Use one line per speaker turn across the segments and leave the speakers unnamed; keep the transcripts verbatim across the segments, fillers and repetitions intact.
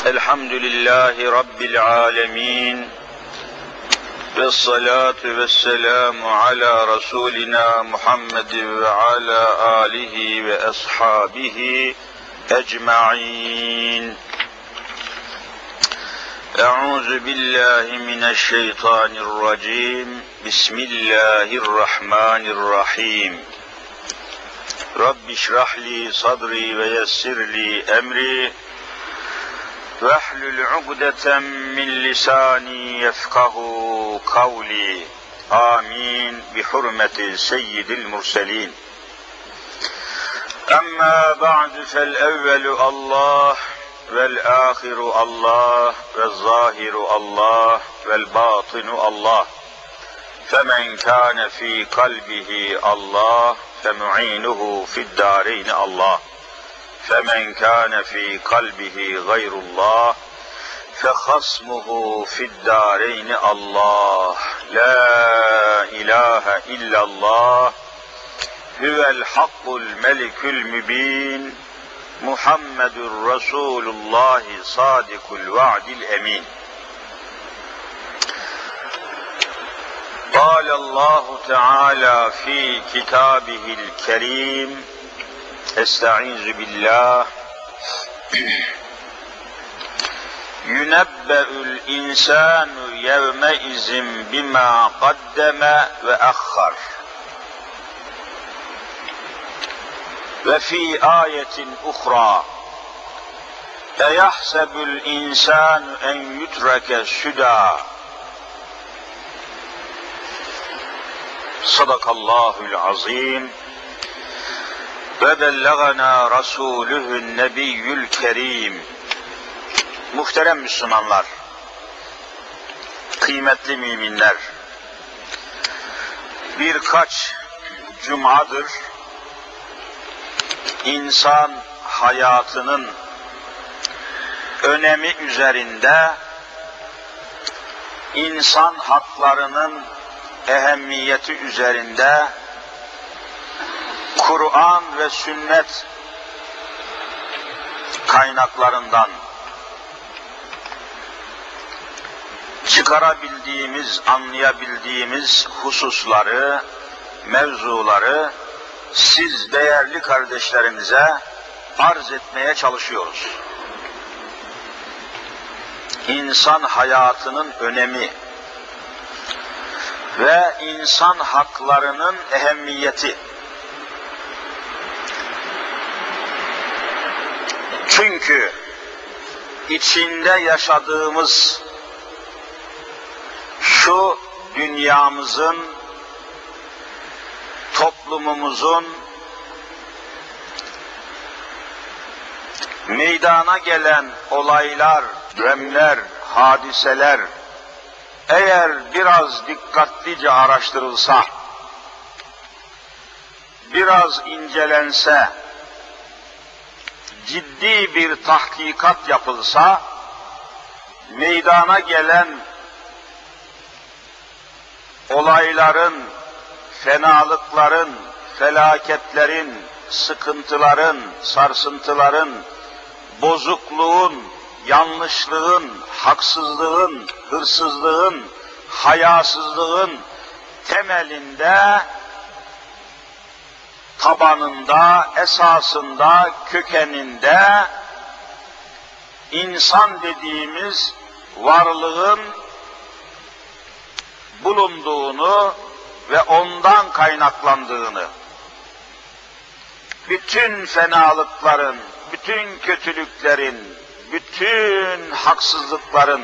Elhamdülillahi Rabbil alemin. Vessalatu vesselamu ala Resulina Muhammed ve ala alihi ve ashabihi ecma'in. Euzu billahi mineşşeytanirracim. Bismillahirrahmanirrahim. Rabbi şrahli sadri ve yessirli emri. Vehlül ugdeten min lisani yefkahu kavli. Amin. Bi hurmeti seyyidil murselin. Amma ba'du fel evvelu Allah vel ahiru Allah vel zahiru Allah vel batinu Allah. Femen kâne fî kalbihi Allah femu'inuhu fid dâreyni Allah. فَمَنْ كَانَ فِي قَلْبِهِ غَيْرُ اللّٰهِ فَخَصْمُهُ فِي الدَّارَيْنِ اللّٰهِ لَا إِلَٰهَ إِلَّا اللّٰهِ هُوَ الْحَقُّ الْمَلِكُ الْمُبِينُ مُحَمَّدٌ رَسُولُ اللّٰهِ صَادِقُ الْوَعْدِ الْأَمِينُ. قال الله تعالى في كتابه الكريم Estaizu billah. Yunebbe'ül insanu yevme izin bima qaddeme ve akhar. Ve fi ayetin uhra. Eyahsebül insanu en yutreke süda. Sadakallahul azim. Ve bellagana rasuluhun nebiyyül kerim. Muhterem Müslümanlar, kıymetli müminler, birkaç cumadır insan hayatının önemi üzerinde, insan haklarının ehemmiyeti üzerinde Kur'an ve sünnet kaynaklarından çıkarabildiğimiz, anlayabildiğimiz hususları, mevzuları siz değerli kardeşlerimize arz etmeye çalışıyoruz. İnsan hayatının önemi ve insan haklarının ehemmiyeti. Çünkü içinde yaşadığımız şu dünyamızın, toplumumuzun meydana gelen olaylar, dönemler, hadiseler eğer biraz dikkatlice araştırılsa, biraz incelense, ciddi bir tahkikat yapılsa, meydana gelen olayların, fenalıkların, felaketlerin, sıkıntıların, sarsıntıların, bozukluğun, yanlışlığın, haksızlığın, hırsızlığın, hayasızlığın temelinde, tabanında, esasında, kökeninde insan dediğimiz varlığın bulunduğunu ve ondan kaynaklandığını, bütün fenalıkların, bütün kötülüklerin, bütün haksızlıkların,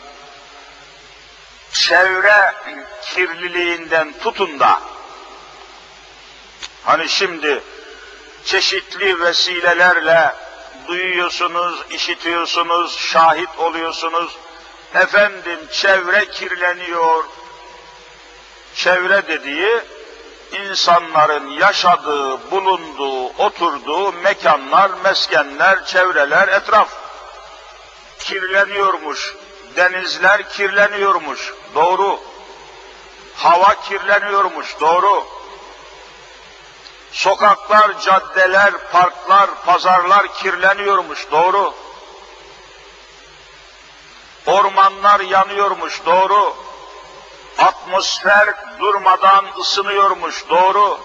çevre kirliliğinden tutun da, hani şimdi çeşitli vesilelerle duyuyorsunuz, işitiyorsunuz, şahit oluyorsunuz. Efendim çevre kirleniyor. Çevre dediği insanların yaşadığı, bulunduğu, oturduğu mekanlar, meskenler, çevreler, etraf kirleniyormuş. Denizler kirleniyormuş. Doğru. Hava kirleniyormuş. Doğru. Sokaklar, caddeler, parklar, pazarlar kirleniyormuş. Doğru. Ormanlar yanıyormuş, doğru. Atmosfer durmadan ısınıyormuş, doğru.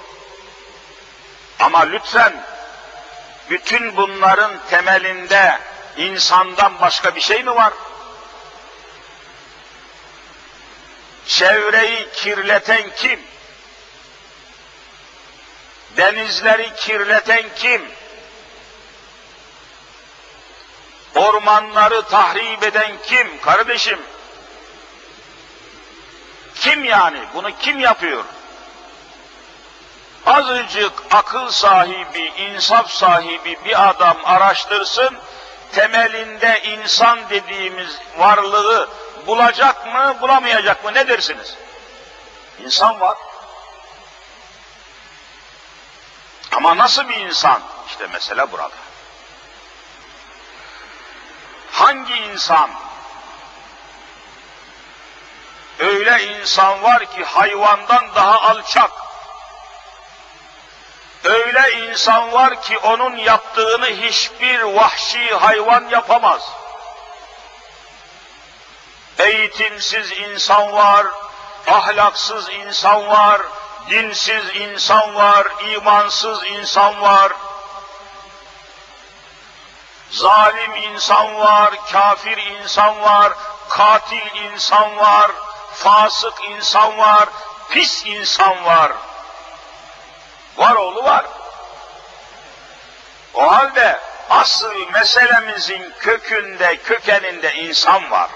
Ama lütfen, bütün bunların temelinde insandan başka bir şey mi var? Çevreyi kirleten kim? Denizleri kirleten kim? Ormanları tahrip eden kim kardeşim? Kim yani? Bunu kim yapıyor? Azıcık akıl sahibi, insaf sahibi bir adam araştırsın, temelinde insan dediğimiz varlığı bulacak mı, bulamayacak mı, ne dersiniz? İnsan var. Ama nasıl bir insan? İşte mesele burada. Hangi insan? Öyle insan var ki hayvandan daha alçak. Öyle insan var ki onun yaptığını hiçbir vahşi hayvan yapamaz. Eğitimsiz insan var, ahlaksız insan var, dinsiz insan var, imansız insan var. Zalim insan var, kafir insan var, katil insan var, fasık insan var, pis insan var. Var oğlu var. O halde asıl meselemizin kökünde, kökeninde insan var.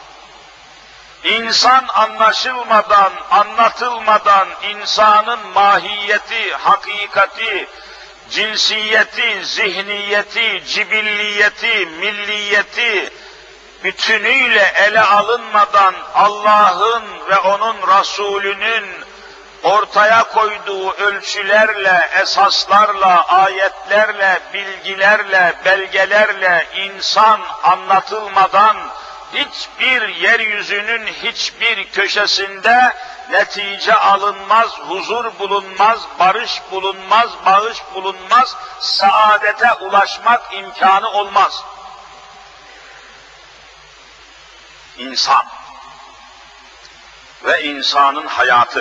İnsan anlaşılmadan, anlatılmadan insanın mahiyeti, hakikati, cinsiyeti, zihniyeti, cibilliyeti, milliyeti bütünüyle ele alınmadan Allah'ın ve onun Resulünün ortaya koyduğu ölçülerle, esaslarla, ayetlerle, bilgilerle, belgelerle insan anlatılmadan hiçbir yeryüzünün hiçbir köşesinde netice alınmaz, huzur bulunmaz, barış bulunmaz, bağış bulunmaz, saadete ulaşmak imkanı olmaz. İnsan ve insanın hayatı.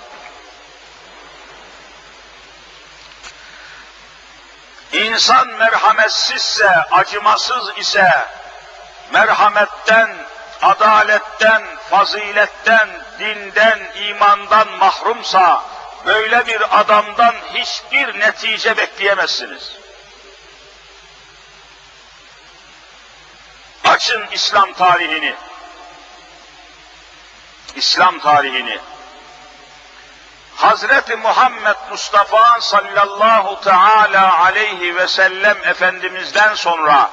İnsan merhametsizse, acımasız ise, merhametten, adaletten, faziletten, dinden, imandan mahrumsa, böyle bir adamdan hiçbir netice bekleyemezsiniz. Açın İslam tarihini. İslam tarihini. Hazreti Muhammed Mustafa sallallahu teala aleyhi ve sellem Efendimiz'den sonra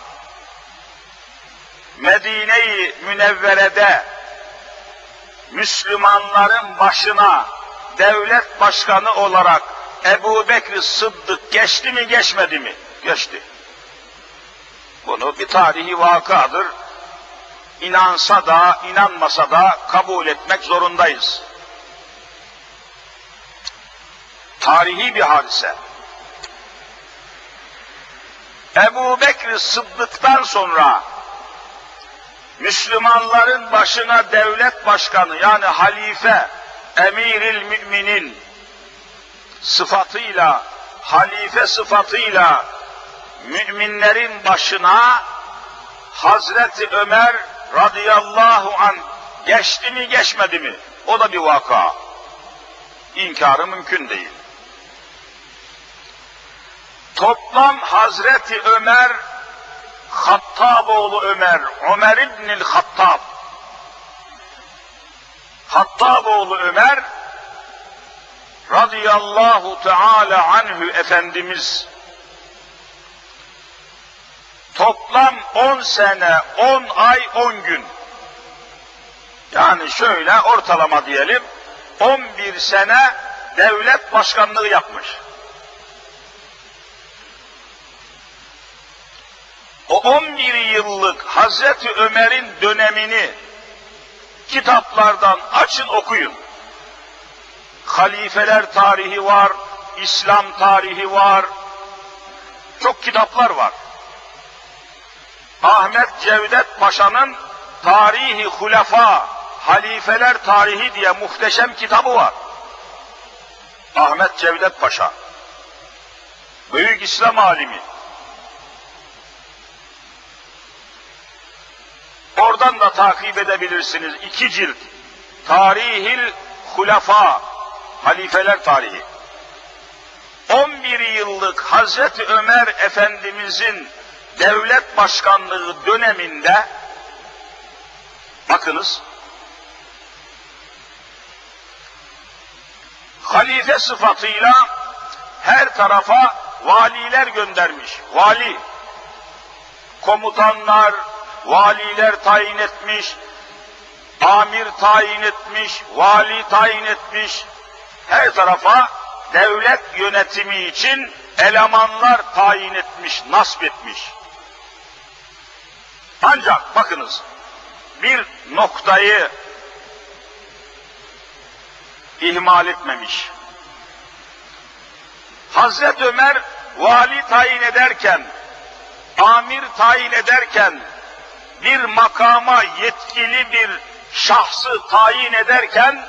Medine-i Münevvere'de Müslümanların başına devlet başkanı olarak Ebu Bekr Sıddık geçti mi geçmedi mi? Geçti. Bunu bir tarihi vakadır. İnansa da inanmasa da kabul etmek zorundayız. Tarihi bir hadise. Ebu Bekr Sıddık'tan sonra Müslümanların başına devlet başkanı yani halife, emiril müminin sıfatıyla, halife sıfatıyla müminlerin başına Hazreti Ömer radıyallahu anh geçti mi geçmedi mi? O da bir vaka. İnkarı mümkün değil. Toplam Hazreti Ömer, Hattaboğlu Ömer, Ömer İbnül Hattab, Hattaboğlu Ömer radıyallahu teala anhü Efendimiz toplam on sene, on ay, on gün, yani şöyle ortalama diyelim, on bir sene devlet başkanlığı yapmış. O on bir yıllık Hazreti Ömer'in dönemini kitaplardan açın okuyun. Halifeler tarihi var, İslam tarihi var, çok kitaplar var. Ahmet Cevdet Paşa'nın Tarihi Hulefa, Halifeler Tarihi diye muhteşem kitabı var. Ahmet Cevdet Paşa, büyük İslam alimi. Oradan da takip edebilirsiniz. İki cilt. Tarihil Hulefa, Halifeler Tarihi. on bir yıllık Hazreti Ömer Efendimizin devlet başkanlığı döneminde, bakınız, halife sıfatıyla her tarafa valiler göndermiş. Vali, komutanlar, valiler tayin etmiş, amir tayin etmiş, vali tayin etmiş. Her tarafa devlet yönetimi için elemanlar tayin etmiş, nasp etmiş. Ancak bakınız, bir noktayı ihmal etmemiş. Hazreti Ömer vali tayin ederken, amir tayin ederken, bir makama yetkili bir şahsı tayin ederken,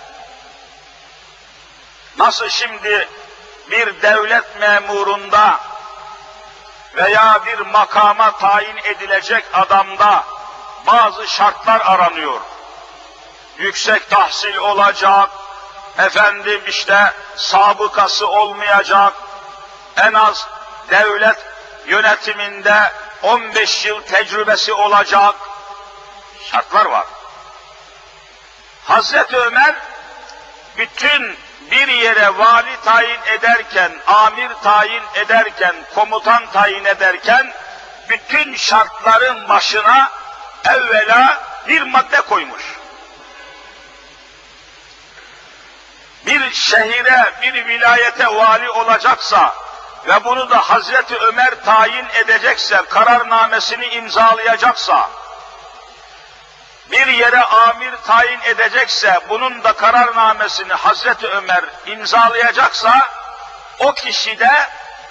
nasıl şimdi bir devlet memurunda veya bir makama tayin edilecek adamda bazı şartlar aranıyor. Yüksek tahsil olacak, efendim işte sabıkası olmayacak, en az devlet yönetiminde on beş yıl tecrübesi olacak şartlar var. Hazreti Ömer bütün bir yere vali tayin ederken, amir tayin ederken, komutan tayin ederken bütün şartların başına evvela bir madde koymuş. Bir şehire, bir vilayete vali olacaksa ve bunu da Hazreti Ömer tayin edecekse, kararnamesini imzalayacaksa, bir yere amir tayin edecekse, bunun da kararnamesini Hazreti Ömer imzalayacaksa, o kişi de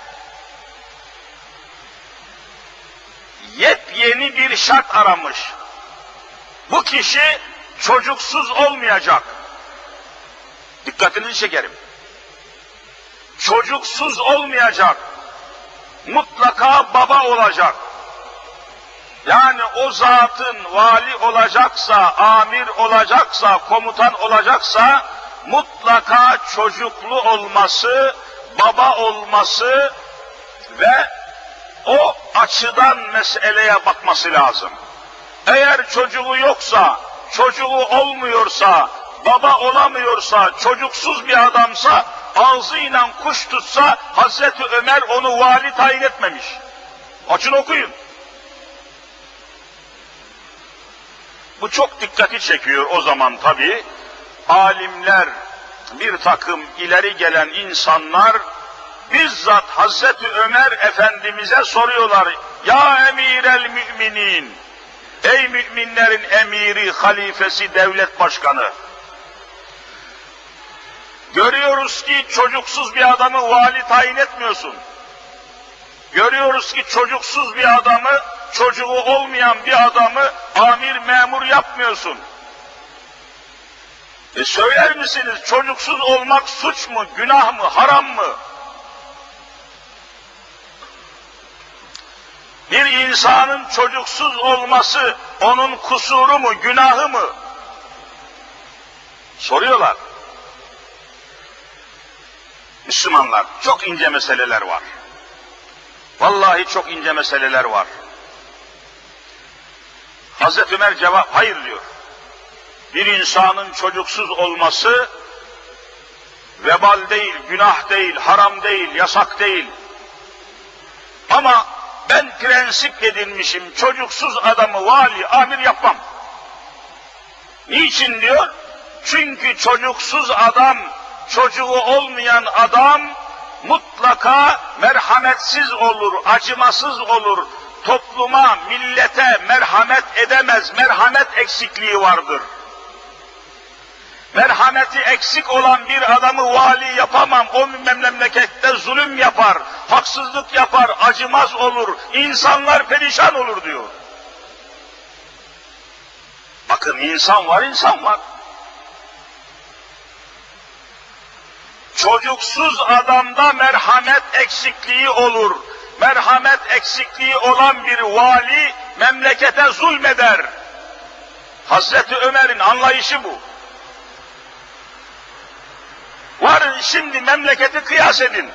yepyeni bir şart aramış. Bu kişi çocuksuz olmayacak. Dikkatinizi çekerim. Çocuksuz olmayacak. Mutlaka baba olacak. Yani o zatın vali olacaksa, amir olacaksa, komutan olacaksa mutlaka çocuklu olması, baba olması ve o açıdan meseleye bakması lazım. Eğer çocuğu yoksa, çocuğu olmuyorsa, baba olamıyorsa, çocuksuz bir adamsa, ağzıyla kuş tutsa Hazreti Ömer onu vali tayin etmemiş. Açın okuyun. Bu çok dikkati çekiyor o zaman tabii. Alimler, bir takım ileri gelen insanlar bizzat Hazreti Ömer Efendimiz'e soruyorlar. Ya emirel müminin, ey müminlerin emiri, halifesi, devlet başkanı. Görüyoruz ki çocuksuz bir adamı vali tayin etmiyorsun. Görüyoruz ki çocuksuz bir adamı, çocuğu olmayan bir adamı amir memur yapmıyorsun. E söyler misiniz, çocuksuz olmak suç mu, günah mı, haram mı? Bir insanın çocuksuz olması onun kusuru mu, günahı mı? Soruyorlar. Müslümanlar, çok ince meseleler var. Vallahi çok ince meseleler var. Hazreti Ömer cevap, hayır diyor. Bir insanın çocuksuz olması vebal değil, günah değil, haram değil, yasak değil. Ama ben prensip edinmişim, çocuksuz adamı vali, amir yapmam. Niçin diyor? Çünkü çocuksuz adam, çocuğu olmayan adam mutlaka merhametsiz olur, acımasız olur. Topluma, millete merhamet edemez, merhamet eksikliği vardır. Merhameti eksik olan bir adamı vali yapamam. O memlekette zulüm yapar, haksızlık yapar, acımaz olur, insanlar perişan olur diyor. Bakın insan var, insan var. Çocuksuz adamda merhamet eksikliği olur. Merhamet eksikliği olan bir vali memlekete zulmeder. Hazreti Ömer'in anlayışı bu. Varın şimdi memleketi kıyas edin.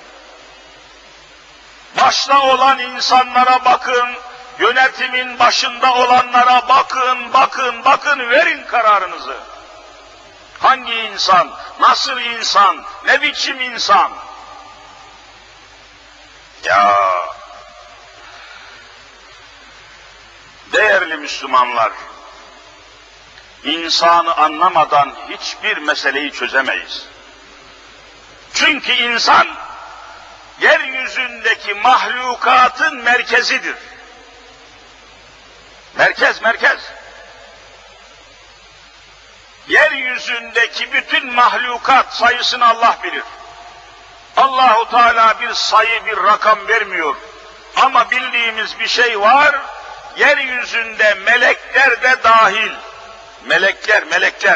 Başta olan insanlara bakın, yönetimin başında olanlara bakın, bakın, bakın, verin kararınızı. Hangi insan, nasıl insan, ne biçim insan? Ya, değerli Müslümanlar, insanı anlamadan hiçbir meseleyi çözemeyiz. Çünkü insan, yeryüzündeki mahlukatın merkezidir. Merkez, merkez. Yeryüzündeki bütün mahlukat sayısını Allah bilir. Allahu Teala bir sayı, bir rakam vermiyor. Ama bildiğimiz bir şey var, yeryüzünde melekler de dahil. Melekler, melekler.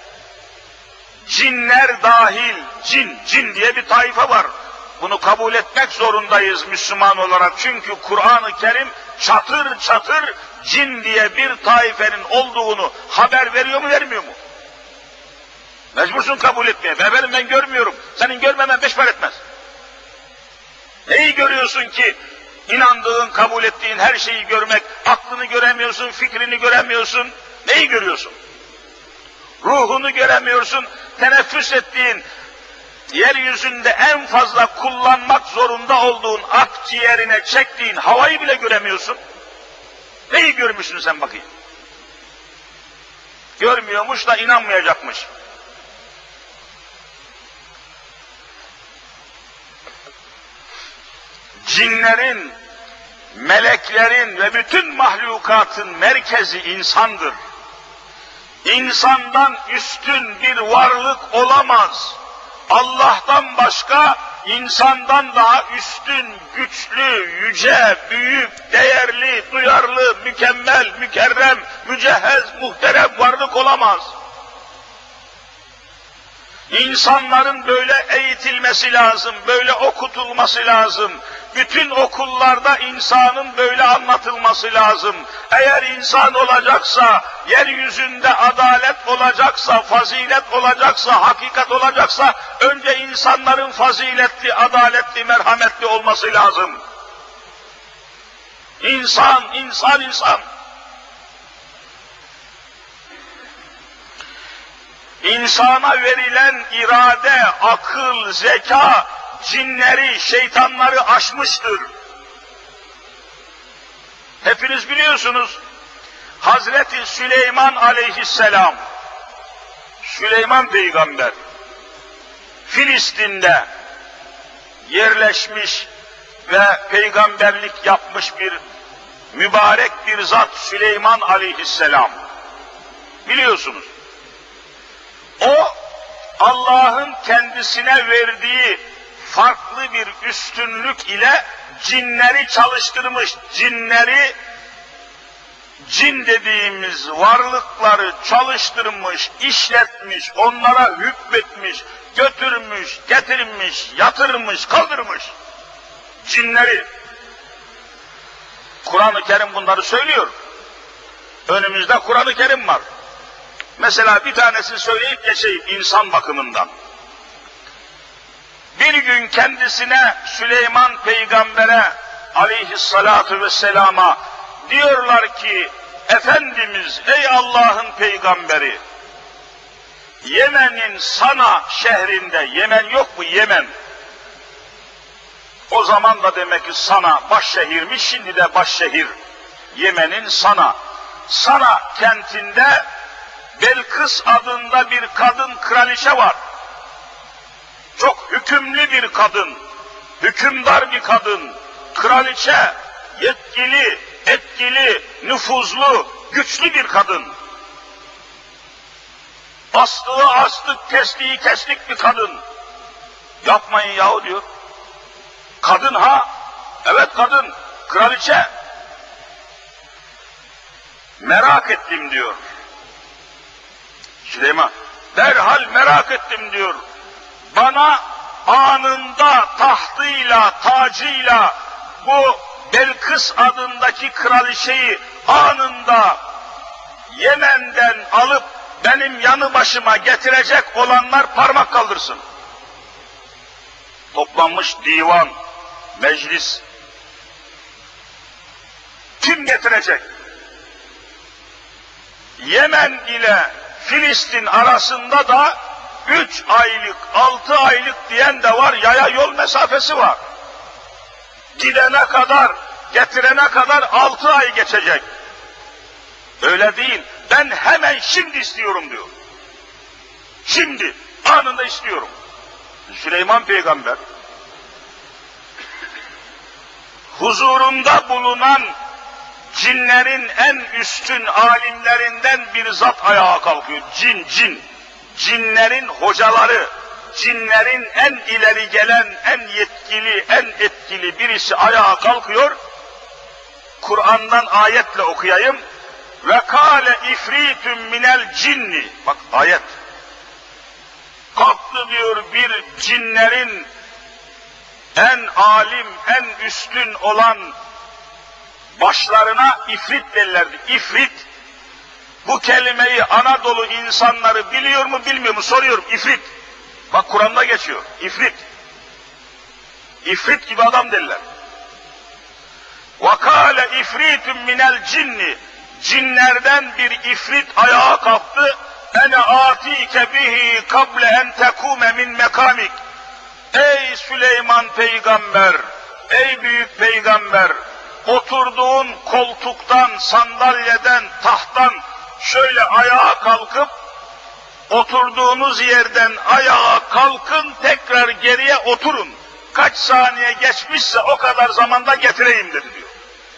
Cinler dahil, cin, cin diye bir taife var. Bunu kabul etmek zorundayız Müslüman olarak. Çünkü Kur'an-ı Kerim çatır çatır cin diye bir taifenin olduğunu haber veriyor mu, vermiyor mu? Mecbursun kabul etmeye. Efendim ben görmüyorum. Senin görmemen beş para etmez. Neyi görüyorsun ki inandığın, kabul ettiğin her şeyi görmek, aklını göremiyorsun, fikrini göremiyorsun. Neyi görüyorsun? Ruhunu göremiyorsun, teneffüs ettiğin, yeryüzünde en fazla kullanmak zorunda olduğun akciğerine çektiğin havayı bile göremiyorsun. Neyi görmüşsün sen bakayım? Görmüyormuş da inanmayacakmış. Cinlerin, meleklerin ve bütün mahlukatın merkezi insandır. İnsandan üstün bir varlık olamaz. Allah'tan başka insandan daha üstün, güçlü, yüce, büyük, değerli, duyarlı, mükemmel, mükerrem, mücehhez, muhterem varlık olamaz. İnsanların böyle eğitilmesi lazım, böyle okutulması lazım. Bütün okullarda insanın böyle anlatılması lazım. Eğer insan olacaksa, yeryüzünde adalet olacaksa, fazilet olacaksa, hakikat olacaksa, önce insanların faziletli, adaletli, merhametli olması lazım. İnsan, insan, insan. İnsana verilen irade, akıl, zeka, cinleri, şeytanları aşmıştır. Hepiniz biliyorsunuz, Hazreti Süleyman aleyhisselam, Süleyman peygamber, Filistin'de yerleşmiş ve peygamberlik yapmış bir mübarek bir zat Süleyman aleyhisselam. Biliyorsunuz. O, Allah'ın kendisine verdiği farklı bir üstünlük ile cinleri çalıştırmış, cinleri, cin dediğimiz varlıkları çalıştırmış, işletmiş, onlara hükmetmiş, götürmüş, getirmiş, yatırmış, kaldırmış cinleri. Kur'an-ı Kerim bunları söylüyor. Önümüzde Kur'an-ı Kerim var. Mesela bir tanesini söyleyip geçeyim insan bakımından. Bir gün kendisine Süleyman peygambere aleyhissalatu vesselama diyorlar ki, Efendimiz ey Allah'ın peygamberi, Yemen'in Sana şehrinde, Yemen yok mu Yemen? O zaman da demek ki Sana başşehirmiş, şimdi de başşehir. Yemen'in Sana. Sana kentinde Belkıs adında bir kadın kraliçe var. Çok hükümlü bir kadın, hükümdar bir kadın, kraliçe, yetkili, etkili, nüfuzlu, güçlü bir kadın. Astığı astık, kestiği kestik bir kadın. Yapmayın yahu diyor. Kadın ha? Evet kadın, kraliçe. Merak ettim diyor. Süleyman, derhal merak ettim diyor. Bana anında tahtıyla, tacıyla bu Belkıs adındaki kraliçeyi anında Yemen'den alıp benim yanı başıma getirecek olanlar parmak kaldırsın. Toplanmış divan, meclis. Kim getirecek? Yemen ile Filistin arasında da üç aylık, altı aylık diyen de var, yaya yol mesafesi var. Gidene kadar, getirene kadar altı ay geçecek. Öyle değil, ben hemen şimdi istiyorum diyor. Şimdi, anında istiyorum. Süleyman Peygamber, huzurunda bulunan cinlerin en üstün alimlerinden bir zat ayağa kalkıyor. Cin, cin. Cinlerin hocaları, cinlerin en ileri gelen, en yetkili, en etkili birisi ayağa kalkıyor. Kur'an'dan ayetle okuyayım. Ve kâle ifritün minel cinni. Bak ayet. Kalktı diyor bir cinlerin en alim, en üstün olan başlarına ifrit derlerdi. İfrit. Bu kelimeyi Anadolu insanları biliyor mu bilmiyor mu soruyorum. İfrit. Bak Kur'an'da geçiyor. İfrit. İfrit gibi adam derler. وَقَالَ اِفْرِيتٌ minel cinni. Cinlerden bir ifrit ayağa kalktı. ene atike bihi kable en tekume min mekamik. Ey Süleyman peygamber, ey büyük peygamber, oturduğun koltuktan, sandalyeden, tahttan şöyle ayağa kalkıp, oturduğunuz yerden ayağa kalkın, tekrar geriye oturun. Kaç saniye geçmişse o kadar zamanda getireyim dedi diyor.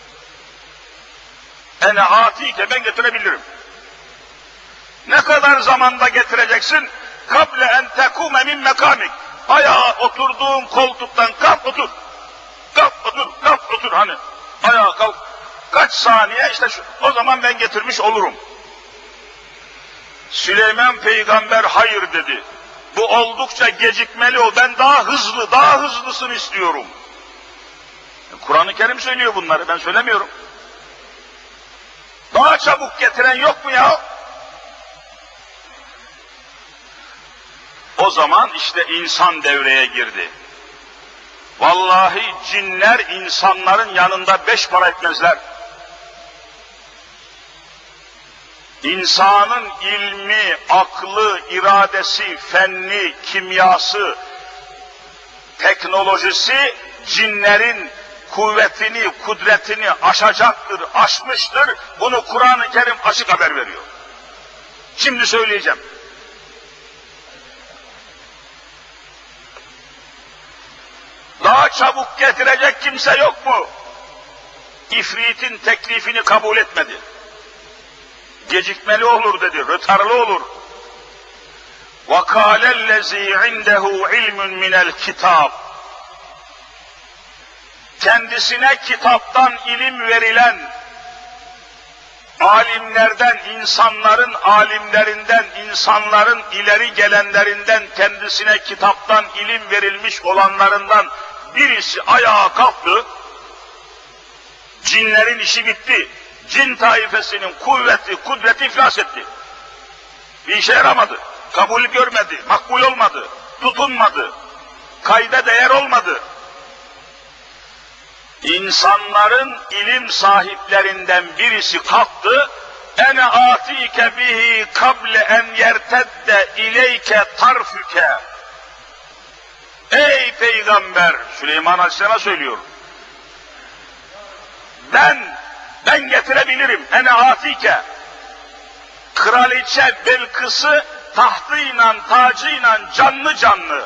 Ene atike, ben getirebilirim. Ne kadar zamanda getireceksin? Kable en tekume min mekamik. Ayağa oturduğun koltuktan kalk otur. Kalk otur, kalk otur hani. Ayağa kalk. Kaç saniye işte şu, o zaman ben getirmiş olurum. Süleyman peygamber hayır dedi. Bu oldukça gecikmeli o. Ben daha hızlı, daha hızlısını istiyorum. Kur'an-ı Kerim söylüyor bunları, ben söylemiyorum. Daha çabuk getiren yok mu ya? O zaman işte insan devreye girdi. Vallahi cinler insanların yanında beş para etmezler. İnsanın ilmi, aklı, iradesi, fenni, kimyası, teknolojisi cinlerin kuvvetini, kudretini aşacaktır, aşmıştır. Bunu Kur'an-ı Kerim açık haber veriyor. Şimdi söyleyeceğim. Daha çabuk getirecek kimse yok mu? İfritin teklifini kabul etmedi. Gecikmeli olur dedi, rötarlı olur. وَقَالَ الَّذ۪ي عِنْدَهُ عِلْمٌ مِنَ الْكِتَابِ. Kendisine kitaptan ilim verilen alimlerden, insanların alimlerinden, insanların ileri gelenlerinden, kendisine kitaptan ilim verilmiş olanlarından birisi ayağa kalktı. Cinlerin işi bitti. Cin taifesinin kuvveti, kudreti iflas etti. Bir işe yaramadı. Kabul görmedi, makbul olmadı, tutunmadı, kayda değer olmadı. İnsanların ilim sahiplerinden birisi kalktı, ene atike bihi kable en yertedde ileyke tarfüke. Ey peygamber, Süleyman Aleyhisselam'a söylüyor. Ben, ben getirebilirim, ene atike. Kraliçe Belkıs'ı tahtıyla, tacıyla canlı canlı.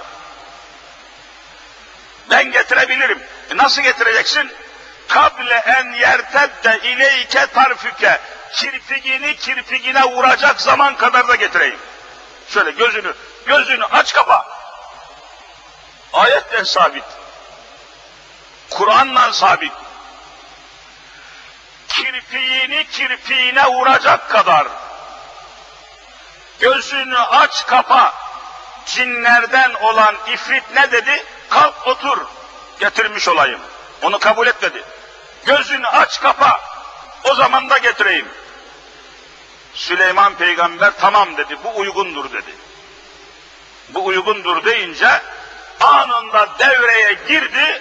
Ben getirebilirim. E nasıl getireceksin? Kable en yertedde ileyke tarfüke. Kirpigini kirpigine vuracak zaman kadar da getireyim. Şöyle gözünü, gözünü aç kapa. Ayetle sabit. Kur'an'la sabit. Kirpiğini kirpiğine vuracak kadar gözünü aç kapa. Cinlerden olan ifrit ne dedi? Kalk otur, getirmiş olayım. Onu kabul etmedi. Gözünü aç kapa, o zaman da getireyim. Süleyman peygamber tamam dedi, bu uygundur dedi. Bu uygundur deyince anında devreye girdi.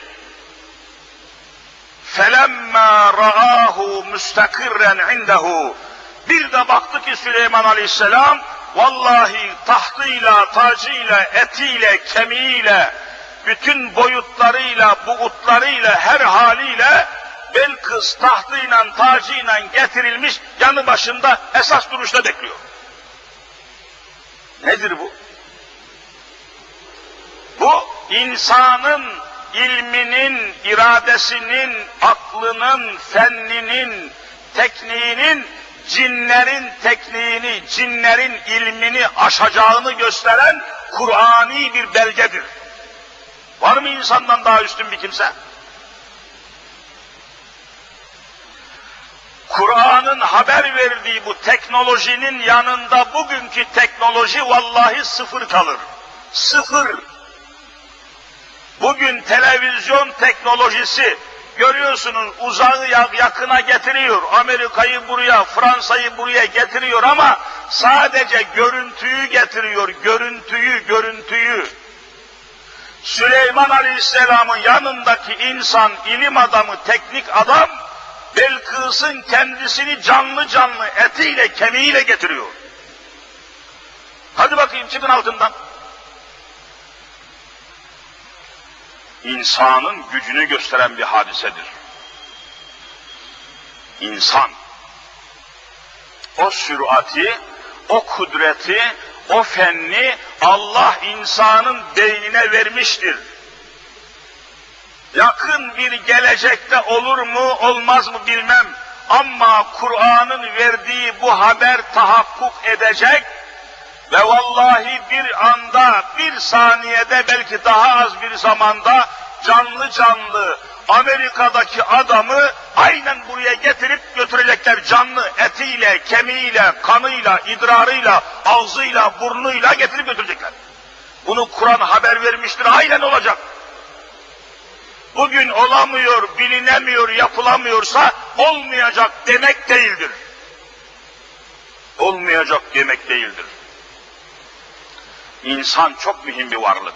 فَلَمَّا رَآهُ مُسْتَقِرًّا عِنْدَهُ Bir de baktı ki Süleyman Aleyhisselam vallahi tahtıyla, tacıyla, etiyle, kemiğiyle, bütün boyutlarıyla, buğutlarıyla, her haliyle Belkıs tahtıyla, tacıyla getirilmiş, yanı başında esas duruşta bekliyor. Nedir bu? Bu insanın ilminin, iradesinin, aklının, fenninin, tekniğinin, cinlerin tekniğini, cinlerin ilmini aşacağını gösteren Kur'ani bir belgedir. Var mı insandan daha üstün bir kimse? Kur'an'ın haber verdiği bu teknolojinin yanında bugünkü teknoloji vallahi sıfır kalır. Sıfır. Bugün televizyon teknolojisi görüyorsunuz uzağı yakına getiriyor. Amerika'yı buraya, Fransa'yı buraya getiriyor ama sadece görüntüyü getiriyor. Görüntüyü, görüntüyü. Süleyman Aleyhisselam'ın yanındaki insan, ilim adamı, teknik adam Belkıs'ın kendisini canlı canlı etiyle, kemiğiyle getiriyor. Hadi bakayım çıkın altından. İnsanın gücünü gösteren bir hadisedir. İnsan, o sürati, o kudreti, o fenni Allah insanın beynine vermiştir. Yakın bir gelecekte olur mu, olmaz mı bilmem. Ama Kur'an'ın verdiği bu haber tahakkuk edecek ve vallahi bir anda, bir saniyede, belki daha az bir zamanda canlı canlı Amerika'daki adamı aynen buraya getirip götürecekler. Canlı etiyle, kemiğiyle, kanıyla, idrarıyla, ağzıyla, burnuyla getirip götürecekler. Bunu Kur'an haber vermiştir, aynen olacak. Bugün olamıyor, bilinemiyor, yapılamıyorsa olmayacak demek değildir. Olmayacak demek değildir. İnsan çok mühim bir varlık.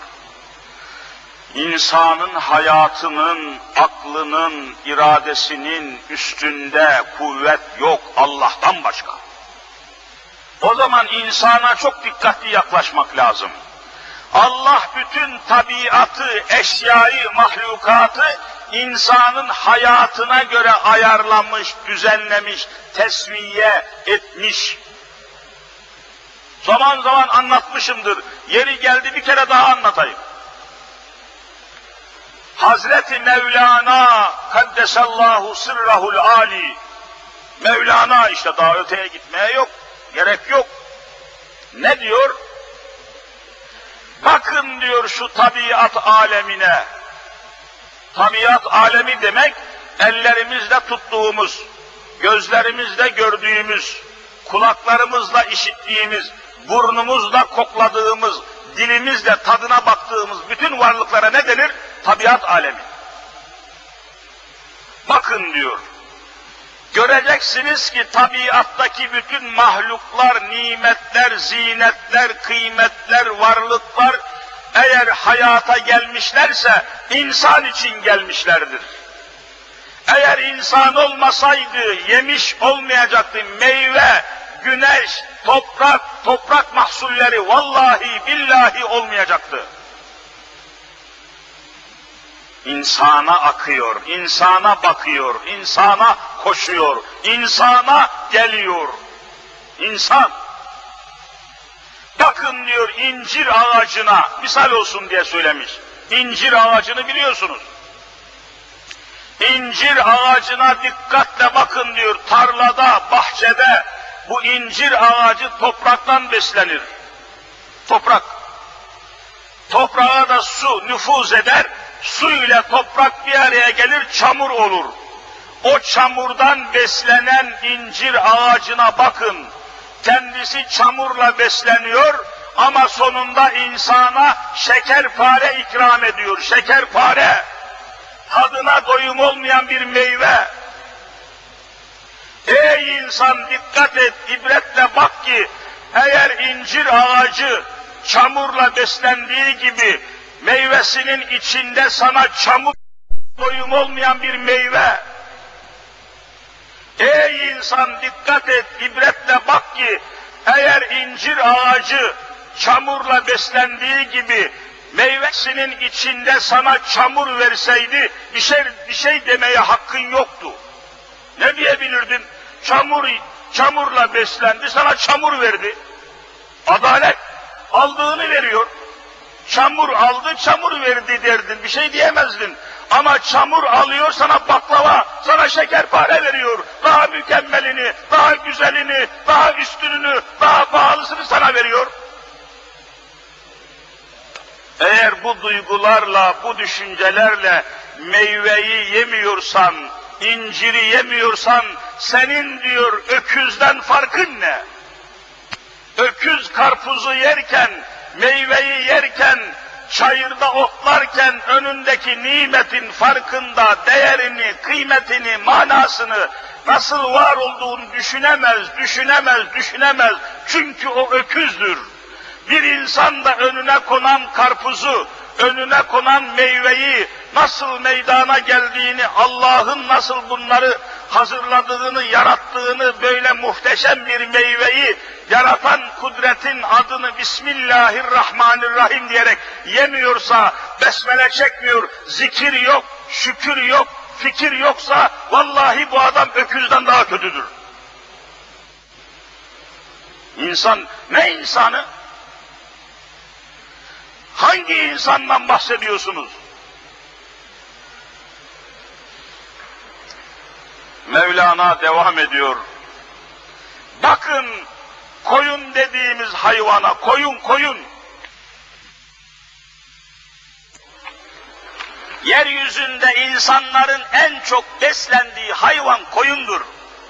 İnsanın hayatının, aklının, iradesinin üstünde kuvvet yok Allah'tan başka. O zaman insana çok dikkatli yaklaşmak lazım. Allah bütün tabiatı, eşyayı, mahlukatı insanın hayatına göre ayarlamış, düzenlemiş, tesviye etmiş. Zaman zaman anlatmışımdır. Yeri geldi bir kere daha anlatayım. Hazreti Mevlana Kaddesallahu sırrahul ali. Mevlana işte, daha öteye gitmeye yok, gerek yok. Ne diyor? Bakın diyor şu tabiat alemine. Tabiat alemi demek ellerimizle tuttuğumuz, gözlerimizle gördüğümüz, kulaklarımızla işittiğimiz, burnumuzla kokladığımız, dilimizle tadına baktığımız bütün varlıklara ne denir? Tabiat alemi. Bakın diyor, göreceksiniz ki tabiattaki bütün mahluklar, nimetler, zinetler, kıymetler, varlıklar eğer hayata gelmişlerse insan için gelmişlerdir. Eğer insan olmasaydı yemiş olmayacaktı. Meyve, güneş, toprak, toprak mahsulleri vallahi billahi olmayacaktı. İnsana akıyor, insana bakıyor, insana koşuyor, insana geliyor. İnsan. Bakın diyor incir ağacına, misal olsun diye söylemiş. İncir ağacını biliyorsunuz. İncir ağacına dikkatle bakın diyor, tarlada, bahçede bu incir ağacı topraktan beslenir. Toprak. Toprağa da su nüfuz eder, su ile toprak bir araya gelir, çamur olur. O çamurdan beslenen incir ağacına bakın. Kendisi çamurla besleniyor ama sonunda insana şekerpare ikram ediyor. Şekerpare, tadına doyum olmayan bir meyve. Ey insan dikkat et, ibretle bak ki eğer incir ağacı çamurla beslendiği gibi meyvesinin içinde sana çamur doyum olmayan bir meyve. Ey insan dikkat et, ibretle bak ki eğer incir ağacı çamurla beslendiği gibi meyvesinin içinde sana çamur verseydi bir şey, bir şey demeye hakkın yoktu. Ne diyebilirdin? Çamur, çamurla beslendi, sana çamur verdi. Adalet aldığını veriyor. Çamur aldı, çamur verdi derdin, bir şey diyemezdin. Ama çamur alıyor, sana baklava, sana şekerpare veriyor. Daha mükemmelini, daha güzelini, daha üstününü, daha pahalısını sana veriyor. Eğer bu duygularla, bu düşüncelerle meyveyi yemiyorsan, inciri yemiyorsan, senin diyor öküzden farkın ne? Öküz karpuzu yerken, meyveyi yerken, çayırda otlarken önündeki nimetin farkında, değerini, kıymetini, manasını, nasıl var olduğunu düşünemez, düşünemez, düşünemez. Çünkü o öküzdür. Bir insan da önüne konan karpuzu, önüne konan meyveyi, nasıl meydana geldiğini, Allah'ın nasıl bunları hazırladığını, yarattığını, böyle muhteşem bir meyveyi yaratan kudretin adını Bismillahirrahmanirrahim diyerek yemiyorsa, besmele çekmiyor, zikir yok, şükür yok, fikir yoksa vallahi bu adam öküzden daha kötüdür. İnsan ne insanı? Hangi insandan bahsediyorsunuz? Mevlana devam ediyor. Bakın koyun dediğimiz hayvana, koyun koyun. Yeryüzünde insanların en çok beslendiği hayvan koyundur.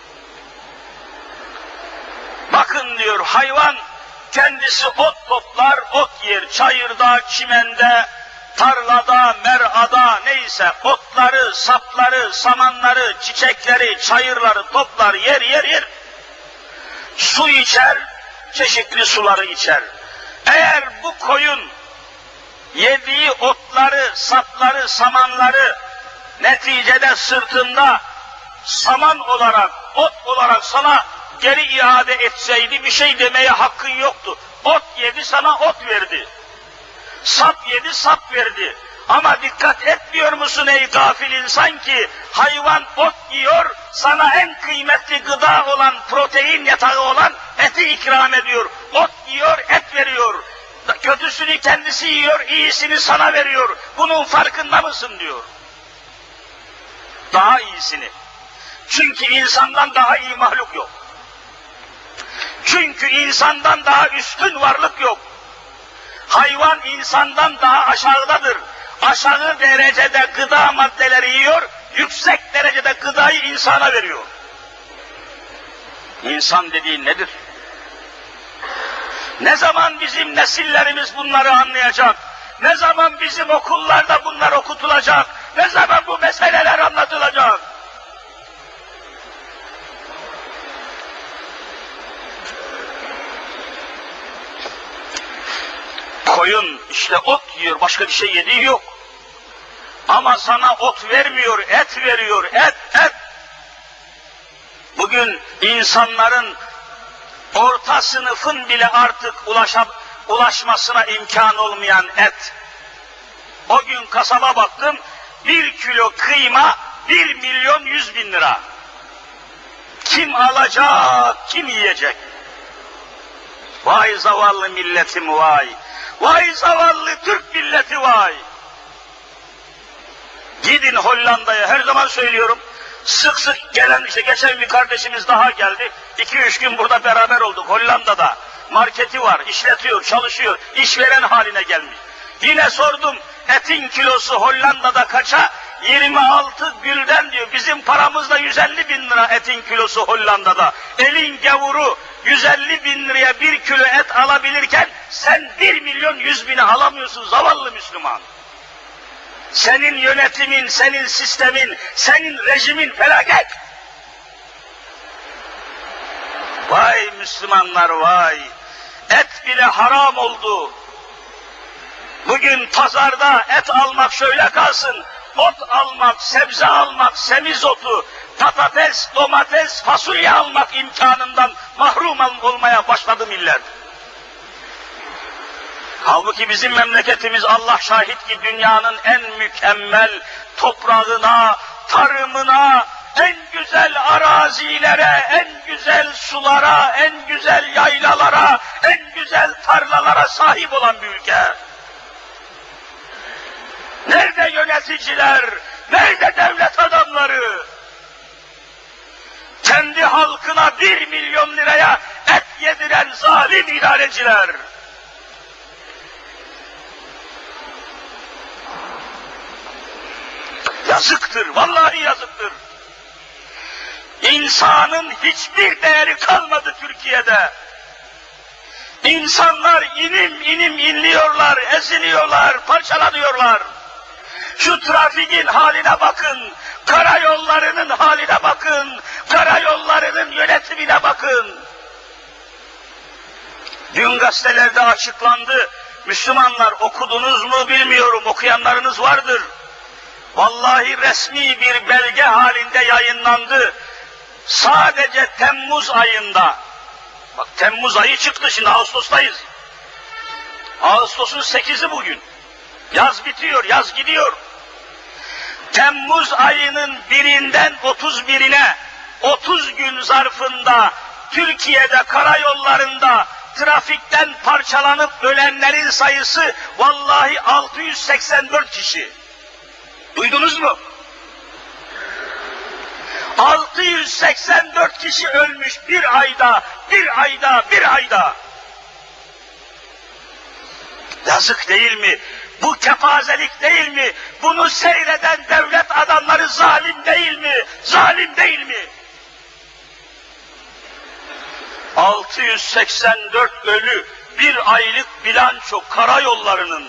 Bakın diyor, hayvan kendisi ot toplar, ot yer, çayırda, çimende, tarlada, merada, neyse otları, sapları, samanları, çiçekleri, çayırları toplar, yer yer yer. Su içer, çeşitli suları içer. Eğer bu koyun yediği otları, sapları, samanları neticede sırtında saman olarak, ot olarak sana geri iade etseydi bir şey demeye hakkın yoktu. Ot yedi, sana ot verdi. Sap yedi, sap verdi. Ama dikkat etmiyor musun ey gafil insan ki hayvan ot yiyor, sana en kıymetli gıda olan, protein yatağı olan eti ikram ediyor. Ot yiyor, et veriyor. Kötüsünü kendisi yiyor, iyisini sana veriyor. Bunun farkında mısın diyor. Daha iyisini. Çünkü insandan daha iyi mahluk yok. Çünkü insandan daha üstün varlık yok. Hayvan insandan daha aşağıdadır. Aşağı derecede gıda maddeleri yiyor, yüksek derecede gıdayı insana veriyor. İnsan dediğin nedir? Ne zaman bizim nesillerimiz bunları anlayacak? Ne zaman bizim okullarda bunlar okutulacak? Ne zaman bu meseleler anlatılacak? Koyun işte ot yiyor, başka bir şey yediği yok. Ama sana ot vermiyor, et veriyor, et, et. Bugün insanların orta sınıfın bile artık ulaşa, ulaşmasına imkan olmayan et. O gün kasaba baktım, bir kilo kıyma bir milyon yüz bin lira. Kim alacak, kim yiyecek? Vay zavallı milletim vay! Vay zavallı Türk milleti vay! Gidin Hollanda'ya, her zaman söylüyorum, sık sık gelen, işte geçen bir kardeşimiz daha geldi, iki üç gün burada beraber olduk Hollanda'da. marketi var, işletiyor, çalışıyor, işveren haline gelmiş. Yine sordum, etin kilosu Hollanda'da kaça? yirmi altı gülden diyor, bizim paramızla yüz elli bin lira etin kilosu Hollanda'da. Elin gavuru yüz elli bin liraya bir kilo et alabilirken sen bir milyon yüz bini alamıyorsun zavallı Müslüman. Senin yönetimin, senin sistemin, senin rejimin felaket. Vay Müslümanlar vay! Et bile haram oldu. Bugün pazarda et almak şöyle kalsın, ot almak, sebze almak, semizotu, patates, domates, fasulye almak imkanından mahrum olmaya başladı millet. Halbuki bizim memleketimiz Allah şahit ki dünyanın en mükemmel toprağına, tarımına, en güzel arazilere, en güzel sulara, en güzel yaylalara, en güzel tarlalara sahip olan bir ülke. Nerede yöneticiler, nerede devlet adamları? Kendi halkına bir milyon liraya et yediren zalim idareciler. Yazıktır, vallahi yazıktır. İnsanın hiçbir değeri kalmadı Türkiye'de. İnsanlar inim inim inliyorlar, eziliyorlar, parçalanıyorlar. Şu trafiğin haline bakın, karayollarının haline bakın, karayollarının yönetimine bakın. Dün gazetelerde açıklandı, Müslümanlar okudunuz mu bilmiyorum, okuyanlarınız vardır. Vallahi resmi bir belge halinde yayınlandı. Sadece Temmuz ayında, bak Temmuz ayı çıktı, şimdi Ağustos'tayız. Ağustos'un sekizi bugün. Yaz bitiyor, yaz gidiyor. Temmuz ayının birinden otuz birine, otuz gün zarfında Türkiye'de karayollarında trafikten parçalanıp ölenlerin sayısı vallahi altı yüz seksen dört kişi. Duydunuz mu? altı yüz seksen dört kişi ölmüş bir ayda, bir ayda, bir ayda. Yazık değil mi? Bu kepazelik değil mi? Bunu seyreden devlet adamları zalim değil mi? Zalim değil mi? altı yüz seksen dört ölü, bir aylık bilanço karayollarının.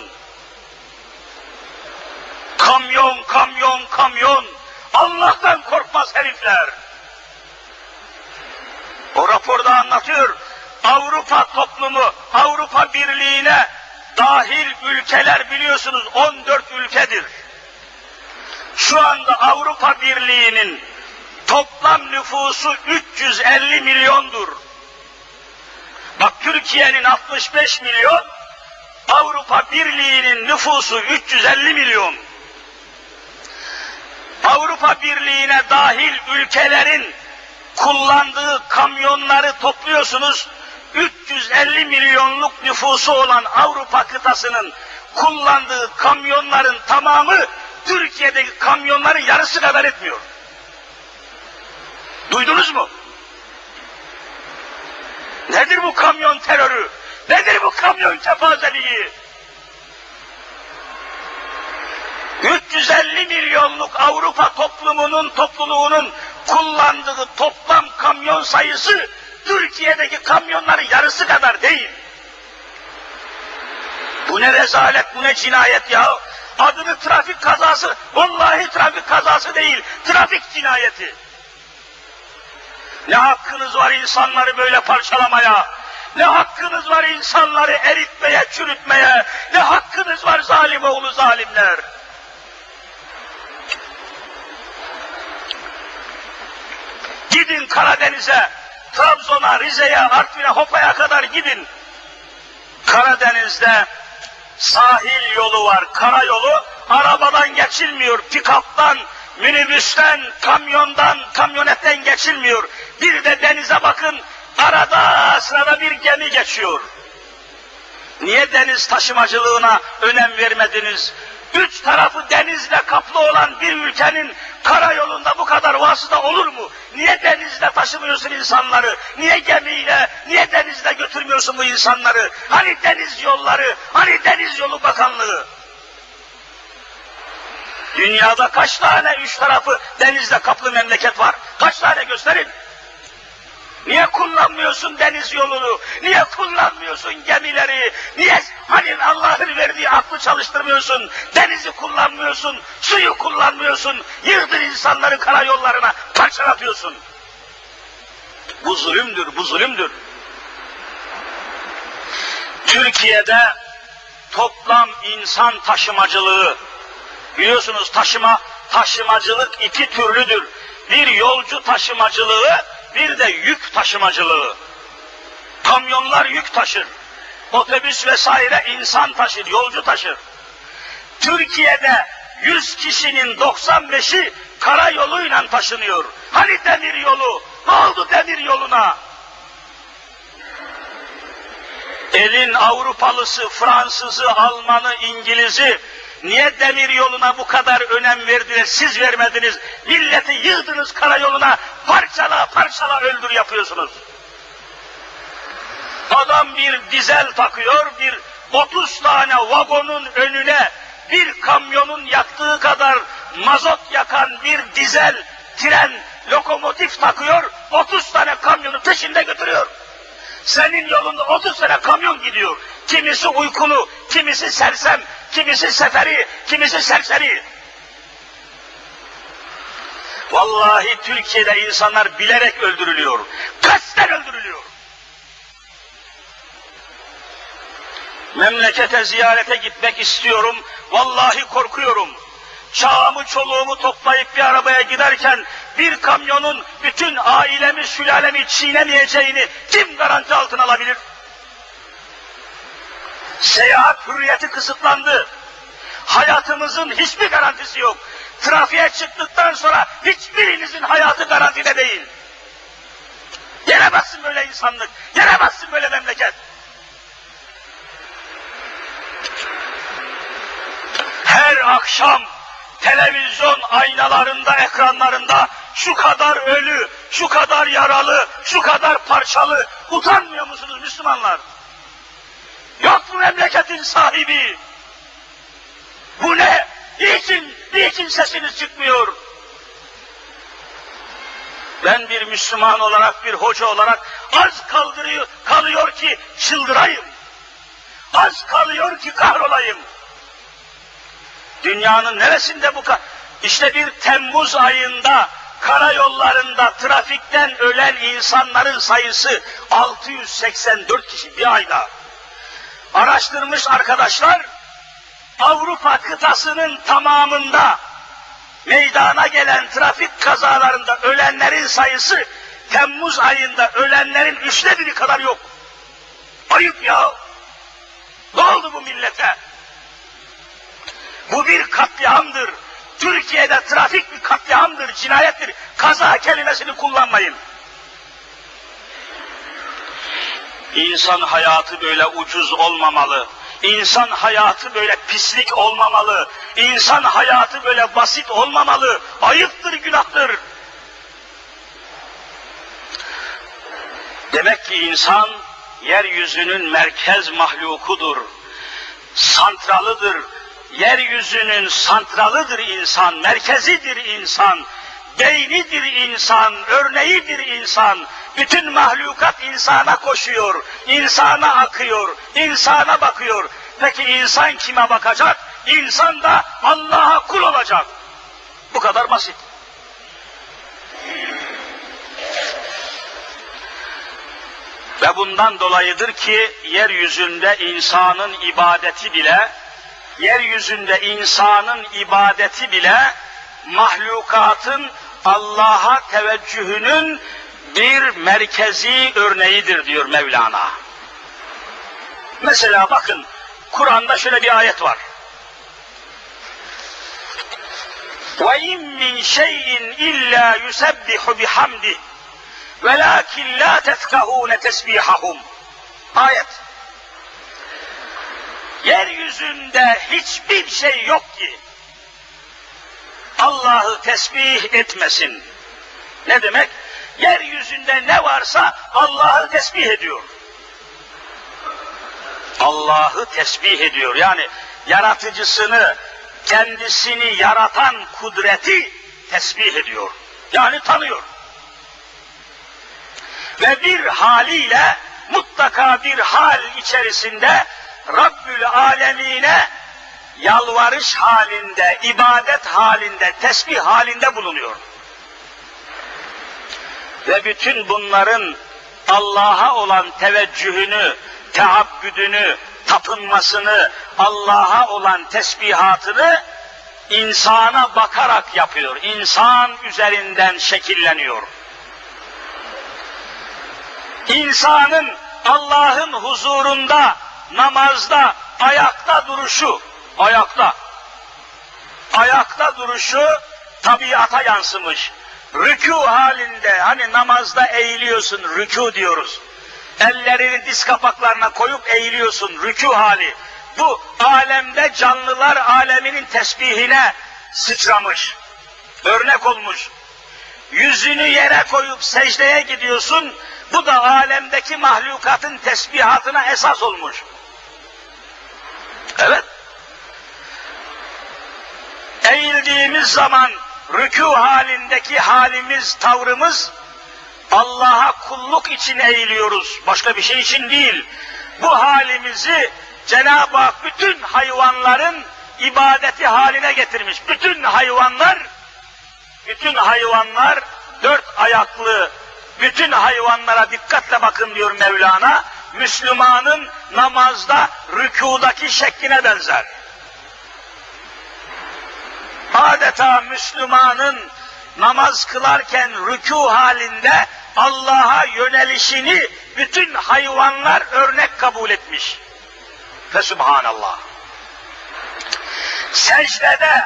Kamyon, kamyon, kamyon. Allah'tan korkmaz herifler. O raporda anlatıyor, Avrupa toplumu, Avrupa Birliği'ne dahil ülkeler biliyorsunuz on dört ülkedir. Şu anda Avrupa Birliği'nin toplam nüfusu üç yüz elli milyondur. Bak Türkiye'nin altmış beş milyon, Avrupa Birliği'nin nüfusu üç yüz elli milyon. Avrupa Birliği'ne dahil ülkelerin kullandığı kamyonları topluyorsunuz, üç yüz elli milyonluk nüfusu olan Avrupa kıtasının kullandığı kamyonların tamamı Türkiye'deki kamyonların yarısı kadar etmiyor. Duydunuz mu? Nedir bu kamyon terörü? Nedir bu kamyon kepazeliği? üç yüz elli milyonluk Avrupa toplumunun, topluluğunun kullandığı toplam kamyon sayısı Türkiye'deki kamyonların yarısı kadar değil. Bu ne rezalet, bu ne cinayet ya. Adını trafik kazası, vallahi trafik kazası değil, trafik cinayeti. Ne hakkınız var insanları böyle parçalamaya? Ne hakkınız var insanları eritmeye, çürütmeye? Ne hakkınız var zalim oğlu zalimler? Gidin Karadeniz'e, Trabzon'a, Rize'ye, Artvin'e, Hopa'ya kadar gidin. Karadeniz'de sahil yolu var, karayolu, arabadan geçilmiyor, pikaptan, minibüsten, kamyondan, kamyonetten geçilmiyor. Bir de denize bakın, arada sırada bir gemi geçiyor. Niye deniz taşımacılığına önem vermediniz? Üç tarafı denizle kaplı olan bir ülkenin karayolunda bu kadar vasıta olur mu? Niye denizle taşımıyorsun insanları? Niye gemiyle, niye denizle götürmüyorsun bu insanları? Hani deniz yolları, hani deniz yolu bakanlığı? Dünyada kaç tane üç tarafı denizle kaplı memleket var? Kaç tane gösterin? Niye kullanmıyorsun deniz yolunu? Niye kullanmıyorsun gemileri? Niye hani Allah'ın verdiği aklı çalıştırmıyorsun? Denizi kullanmıyorsun, suyu kullanmıyorsun. Yığdır insanları karayollarına, parçalatıyorsun. Bu zulümdür, bu zulümdür. Türkiye'de toplam insan taşımacılığı, biliyorsunuz taşıma, taşımacılık iki türlüdür. Bir yolcu taşımacılığı, bir de yük taşımacılığı. Kamyonlar yük taşır, otobüs vesaire insan taşır, yolcu taşır. Türkiye'de yüz kişinin doksan beşi karayoluyla taşınıyor. Hani demir yolu? Ne oldu demir yoluna? Elin Avrupalısı, Fransızı, Almanı, İngiliz'i niye demir yoluna bu kadar önem verdiler, siz vermediniz? Milleti yığdınız karayoluna, parçala parçala öldür yapıyorsunuz. Adam bir dizel takıyor, bir otuz tane vagonun önüne bir kamyonun yaktığı kadar mazot yakan bir dizel tren, lokomotif takıyor, otuz tane kamyonu peşinde götürüyor. Senin yolunda otuz tane kamyon gidiyor. Kimisi uykulu, kimisi sersem, kimisi seferi, kimisi serseri. Vallahi Türkiye'de insanlar bilerek öldürülüyor. Kasten öldürülüyor. Memlekete ziyarete gitmek istiyorum. Vallahi korkuyorum. Çağımı, çoluğumu toplayıp bir arabaya giderken bir kamyonun bütün ailemi, sülalemi çiğnemeyeceğini kim garanti altına alabilir? Seyahat hürriyeti kısıtlandı. Hayatımızın hiçbir garantisi yok. Trafiğe çıktıktan sonra hiçbirinizin hayatı garantide değil. Gelemezsin böyle insanlık, gelemezsin böyle memleket. Her akşam televizyon aynalarında, ekranlarında şu kadar ölü, şu kadar yaralı, şu kadar parçalı. Utanmıyor musunuz Müslümanlar? Yok mu memleketin sahibi? Bu ne? Niçin, niçin sesiniz çıkmıyor? Ben bir Müslüman olarak, bir hoca olarak az kaldırıyor, kalıyor ki çıldırayım. Az kalıyor ki kahrolayım. Dünyanın neresinde bu kadar? İşte bir Temmuz ayında karayollarında trafikten ölen insanların sayısı altı yüz seksen dört kişi bir ayda. Araştırmış arkadaşlar, Avrupa kıtasının tamamında meydana gelen trafik kazalarında ölenlerin sayısı Temmuz ayında ölenlerin üçte biri kadar yok. Ayıp ya! Ne oldu bu millete? Bu bir katliamdır. Türkiye'de trafik bir katliamdır, cinayettir. Kaza kelimesini kullanmayın. İnsan hayatı böyle ucuz olmamalı. İnsan hayatı böyle pislik olmamalı. İnsan hayatı böyle basit olmamalı. Ayıptır, günahtır. Demek ki insan yeryüzünün merkez mahlukudur. Santralıdır. Yeryüzünün santralıdır insan, merkezidir insan, beynidir insan, örneğidir insan. Bütün mahlukat insana koşuyor, insana akıyor, insana bakıyor. Peki insan kime bakacak? İnsan da Allah'a kul olacak. Bu kadar basit. Ve bundan dolayıdır ki yeryüzünde insanın ibadeti bile, yeryüzünde insanın ibadeti bile mahlukatın Allah'a teveccühünün bir merkezi örneğidir diyor Mevlana. Mesela bakın, Kur'an'da şöyle bir ayet var. وَاِنْ مِنْ شَيْءٍ اِلَّا يُسَبِّحُ بِحَمْدِهِ وَلَاكِنْ لَا تَفْقَهُونَ تَسْبِيحَهُمْ. Ayet. Yeryüzünde hiçbir şey yok ki Allah'ı tesbih etmesin. Ne demek? Yeryüzünde ne varsa Allah'ı tesbih ediyor. Allah'ı tesbih ediyor. Yani yaratıcısını, kendisini yaratan kudreti tesbih ediyor. Yani tanıyor. Ve bir haliyle, mutlaka bir hal içerisinde Rabbül Alemine yalvarış halinde, ibadet halinde, tesbih halinde bulunuyor. Ve bütün bunların Allah'a olan teveccühünü, teabbüdünü, tapınmasını, Allah'a olan tesbihatını insana bakarak yapıyor. İnsan üzerinden şekilleniyor. İnsanın Allah'ın huzurunda, namazda, ayakta duruşu, ayakta, ayakta duruşu tabiata yansımış. Rükû halinde, hani namazda eğiliyorsun, rükû diyoruz. Ellerini diz kapaklarına koyup eğiliyorsun, rükû hali. Bu alemde canlılar aleminin tesbihine sıçramış, örnek olmuş. Yüzünü yere koyup secdeye gidiyorsun, bu da alemdeki mahlukatın tesbihatına esas olmuş. Evet. Eğildiğimiz zaman rükû halindeki halimiz, tavrımız, Allah'a kulluk için eğiliyoruz, başka bir şey için değil. Bu halimizi Cenab-ı Hak bütün hayvanların ibadeti haline getirmiş. Bütün hayvanlar, bütün hayvanlar dört ayaklı, bütün hayvanlara dikkatle bakın diyor Mevlana, Müslümanın namazda rükûdaki şekline benzer. Adeta Müslümanın namaz kılarken rükû halinde Allah'a yönelişini bütün hayvanlar örnek kabul etmiş. Fesubhanallah. Secdede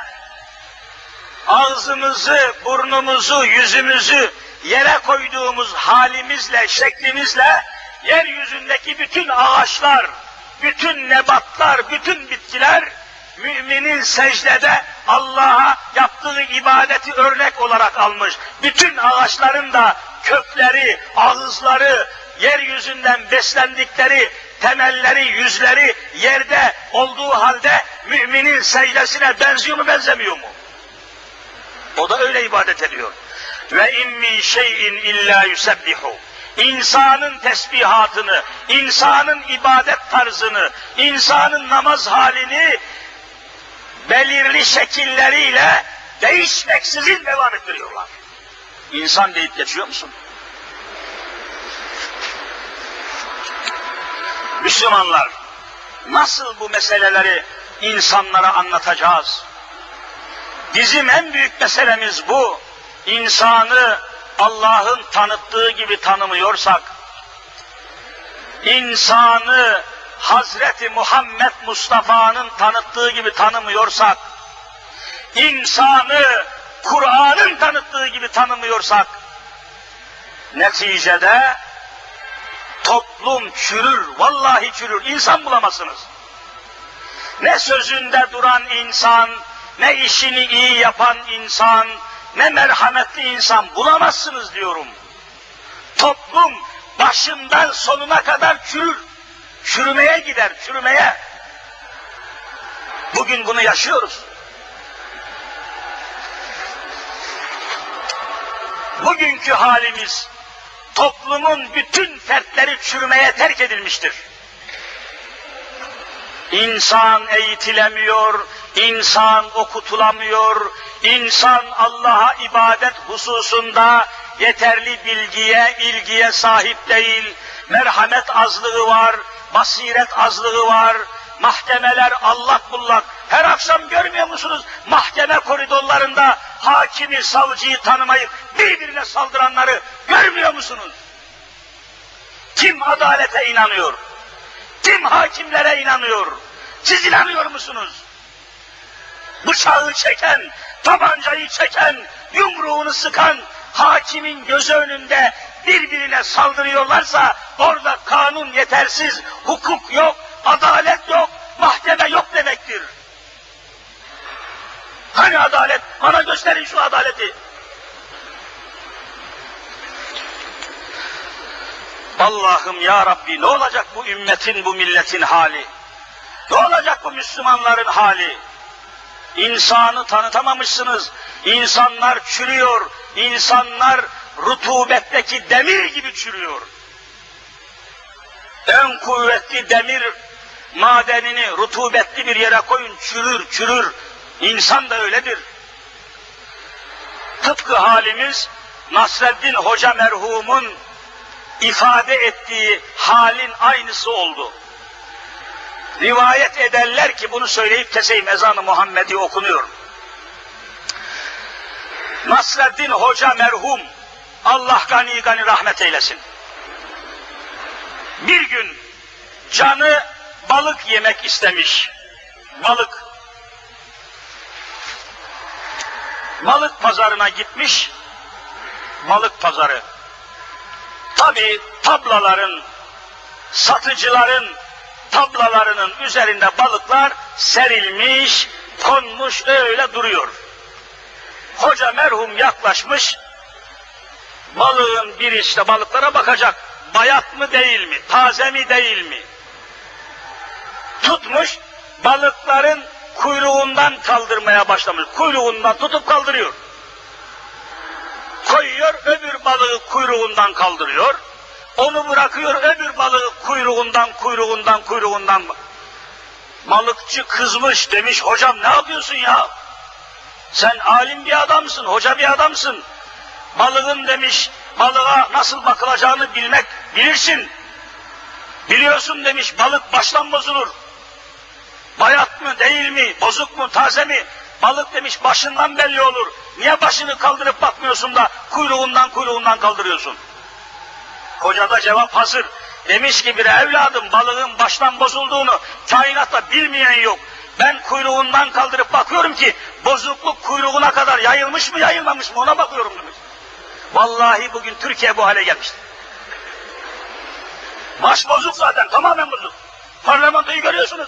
ağzımızı, burnumuzu, yüzümüzü yere koyduğumuz halimizle, şeklimizle yeryüzündeki bütün ağaçlar, bütün nebatlar, bütün bitkiler müminin secdede Allah'a yaptığı ibadeti örnek olarak almış. Bütün ağaçların da kökleri, ağızları, yeryüzünden beslendikleri temelleri, yüzleri yerde olduğu halde müminin secdesine benziyor mu, benzemiyor mu? O da öyle ibadet ediyor. Ve in min şeyin illa yusebbihu. İnsanın tesbihatını, insanın ibadet tarzını, insanın namaz halini belirli şekilleriyle değişmeksizin devam ettiriyorlar. İnsan deyip geçiyor musun? Müslümanlar, nasıl bu meseleleri insanlara anlatacağız? Bizim en büyük meselemiz bu. İnsanı Allah'ın tanıttığı gibi tanımıyorsak, insanı Hazreti Muhammed Mustafa'nın tanıttığı gibi tanımıyorsak, insanı Kur'an'ın tanıttığı gibi tanımıyorsak, neticede toplum çürür, vallahi çürür, insan bulamazsınız. Ne sözünde duran insan, ne işini iyi yapan insan, ne merhametli insan bulamazsınız diyorum. Toplum başından sonuna kadar çürür, çürümeye gider, çürümeye. Bugün bunu yaşıyoruz. Bugünkü halimiz, toplumun bütün fertleri çürümeye terk edilmiştir. İnsan eğitilemiyor, insan okutulamıyor, insan Allah'a ibadet hususunda yeterli bilgiye, ilgiye sahip değil, merhamet azlığı var, basiret azlığı var, mahkemeler allak bullak. Her akşam görmüyor musunuz mahkeme koridorlarında hakimi, savcıyı tanımayıp birbirine saldıranları görmüyor musunuz? Kim adalete inanıyor? Kim hakimlere inanıyor? Siz inanıyor musunuz? Bıçağı çeken, tabancayı çeken, yumruğunu sıkan hakimin gözü önünde birbirine saldırıyorlarsa orada kanun yetersiz, hukuk yok, adalet yok, mahkeme yok demektir. Hani adalet? Bana gösterin şu adaleti. Allah'ım ya Rabbi, ne olacak bu ümmetin, bu milletin hali? Ne olacak bu Müslümanların hali? İnsanı tanıtamamışsınız. İnsanlar çürüyor. İnsanlar rutubetteki demir gibi çürüyor. En kuvvetli demir madenini rutubetli bir yere koyun, çürür, çürür. İnsan da öyledir. Tıpkı halimiz Nasreddin Hoca merhumun ifade ettiği halin aynısı oldu. Rivayet ederler ki, bunu söyleyip keseyim, ezan-ı Muhammedi okunuyor. Nasreddin Hoca merhum, Allah gani gani rahmet eylesin. Bir gün canı balık yemek istemiş. Balık. Balık pazarına gitmiş. Balık pazarı. Tabii tablaların, satıcıların tablalarının üzerinde balıklar serilmiş, konmuş, öyle duruyor. Hoca merhum yaklaşmış, balığın biri işte balıklara bakacak, bayat mı değil mi, taze mi değil mi? Tutmuş, balıkların kuyruğundan kaldırmaya başlamış, kuyruğundan tutup kaldırıyor. Koyuyor, öbür balığı kuyruğundan kaldırıyor. Onu bırakıyor, öbür balığı kuyruğundan, kuyruğundan, kuyruğundan. Balıkçı kızmış, demiş, hocam ne yapıyorsun ya? Sen alim bir adamsın, hoca bir adamsın. Balığın demiş, balığa nasıl bakılacağını bilmek, bilirsin. Biliyorsun demiş, balık baştan bozulur. Bayat mı, değil mi, bozuk mu, taze mi? Balık demiş, başından belli olur. Niye başını kaldırıp bakmıyorsun da kuyruğundan, kuyruğundan kaldırıyorsun? Hoca da cevap hazır. Demiş ki bir evladım, balığın baştan bozulduğunu kainatta bilmeyen yok. Ben kuyruğundan kaldırıp bakıyorum ki bozukluk kuyruğuna kadar yayılmış mı yayılmamış mı ona bakıyorum demiş. Vallahi bugün Türkiye bu hale gelmişti. Baş bozuk zaten, tamamen bozuk. Parlamentoyu görüyorsunuz.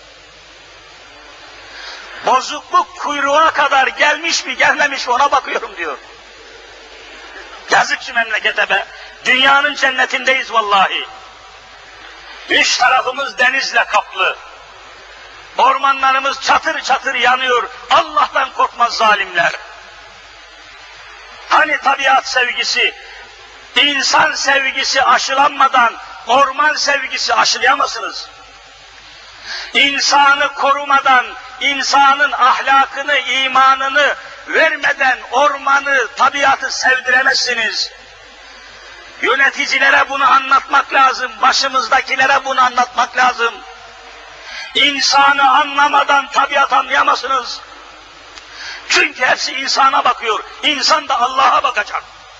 Bozukluk kuyruğuna kadar gelmiş mi gelmemiş mi ona bakıyorum diyor. Yazık şu memlekete be. Dünyanın cennetindeyiz vallahi. Üç tarafımız denizle kaplı. Ormanlarımız çatır çatır yanıyor. Allah'tan korkmaz zalimler. Hani tabiat sevgisi, insan sevgisi aşılanmadan orman sevgisi aşılayamazsınız. İnsanı korumadan, insanın ahlakını, imanını vermeden ormanı, tabiatı sevdiremezsiniz. Yöneticilere bunu anlatmak lazım, başımızdakilere bunu anlatmak lazım. İnsanı anlamadan tabiat anlayamazsınız. Çünkü hepsi insana bakıyor, insan da Allah'a bakacak.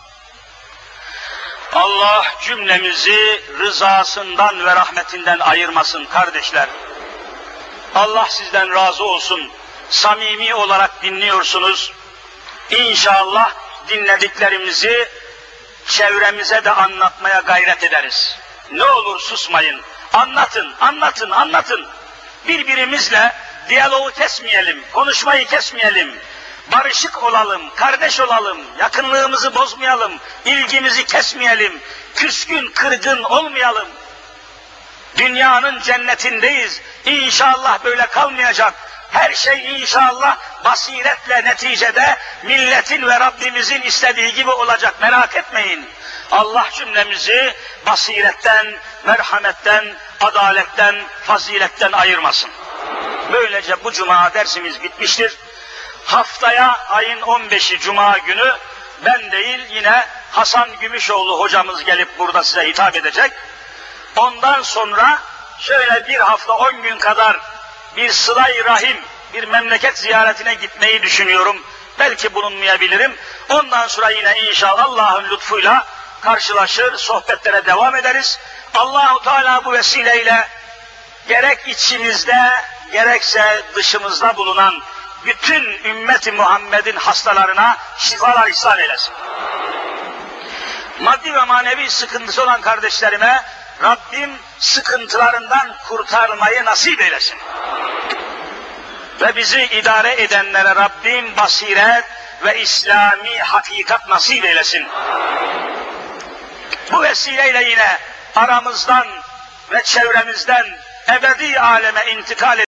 Allah cümlemizi rızasından ve rahmetinden ayırmasın kardeşler. Allah sizden razı olsun. Samimi olarak dinliyorsunuz. İnşallah dinlediklerimizi çevremize de anlatmaya gayret ederiz. Ne olur susmayın. Anlatın, anlatın, anlatın. Birbirimizle diyaloğu kesmeyelim, konuşmayı kesmeyelim. Barışık olalım, kardeş olalım, yakınlığımızı bozmayalım, ilgimizi kesmeyelim, küskün, kırgın olmayalım. Dünyanın cennetindeyiz. İnşallah böyle kalmayacak. Her şey inşallah basiretle neticede milletin ve Rabbimizin istediği gibi olacak. Merak etmeyin. Allah cümlemizi basiretten, merhametten, adaletten, faziletten ayırmasın. Böylece bu cuma dersimiz bitmiştir. Haftaya ayın on beşi cuma günü ben değil yine Hasan Gümüşoğlu hocamız gelip burada size hitap edecek. Ondan sonra şöyle bir hafta on gün kadar bir sıla-i rahim, bir memleket ziyaretine gitmeyi düşünüyorum. Belki bulunmayabilirim. Ondan sonra yine inşallah Allah'ın lütfuyla karşılaşır, sohbetlere devam ederiz. Allah-u Teala bu vesileyle gerek içimizde gerekse dışımızda bulunan bütün ümmeti Muhammed'in hastalarına şifalar ihsan eylesin. Maddi ve manevi sıkıntısı olan kardeşlerime Rabbim sıkıntılarından kurtarmayı nasip eylesin. Ve bizi idare edenlere Rabbim basiret ve İslami hakikat nasip eylesin. Bu vesileyle yine aramızdan ve çevremizden ebedi aleme intikal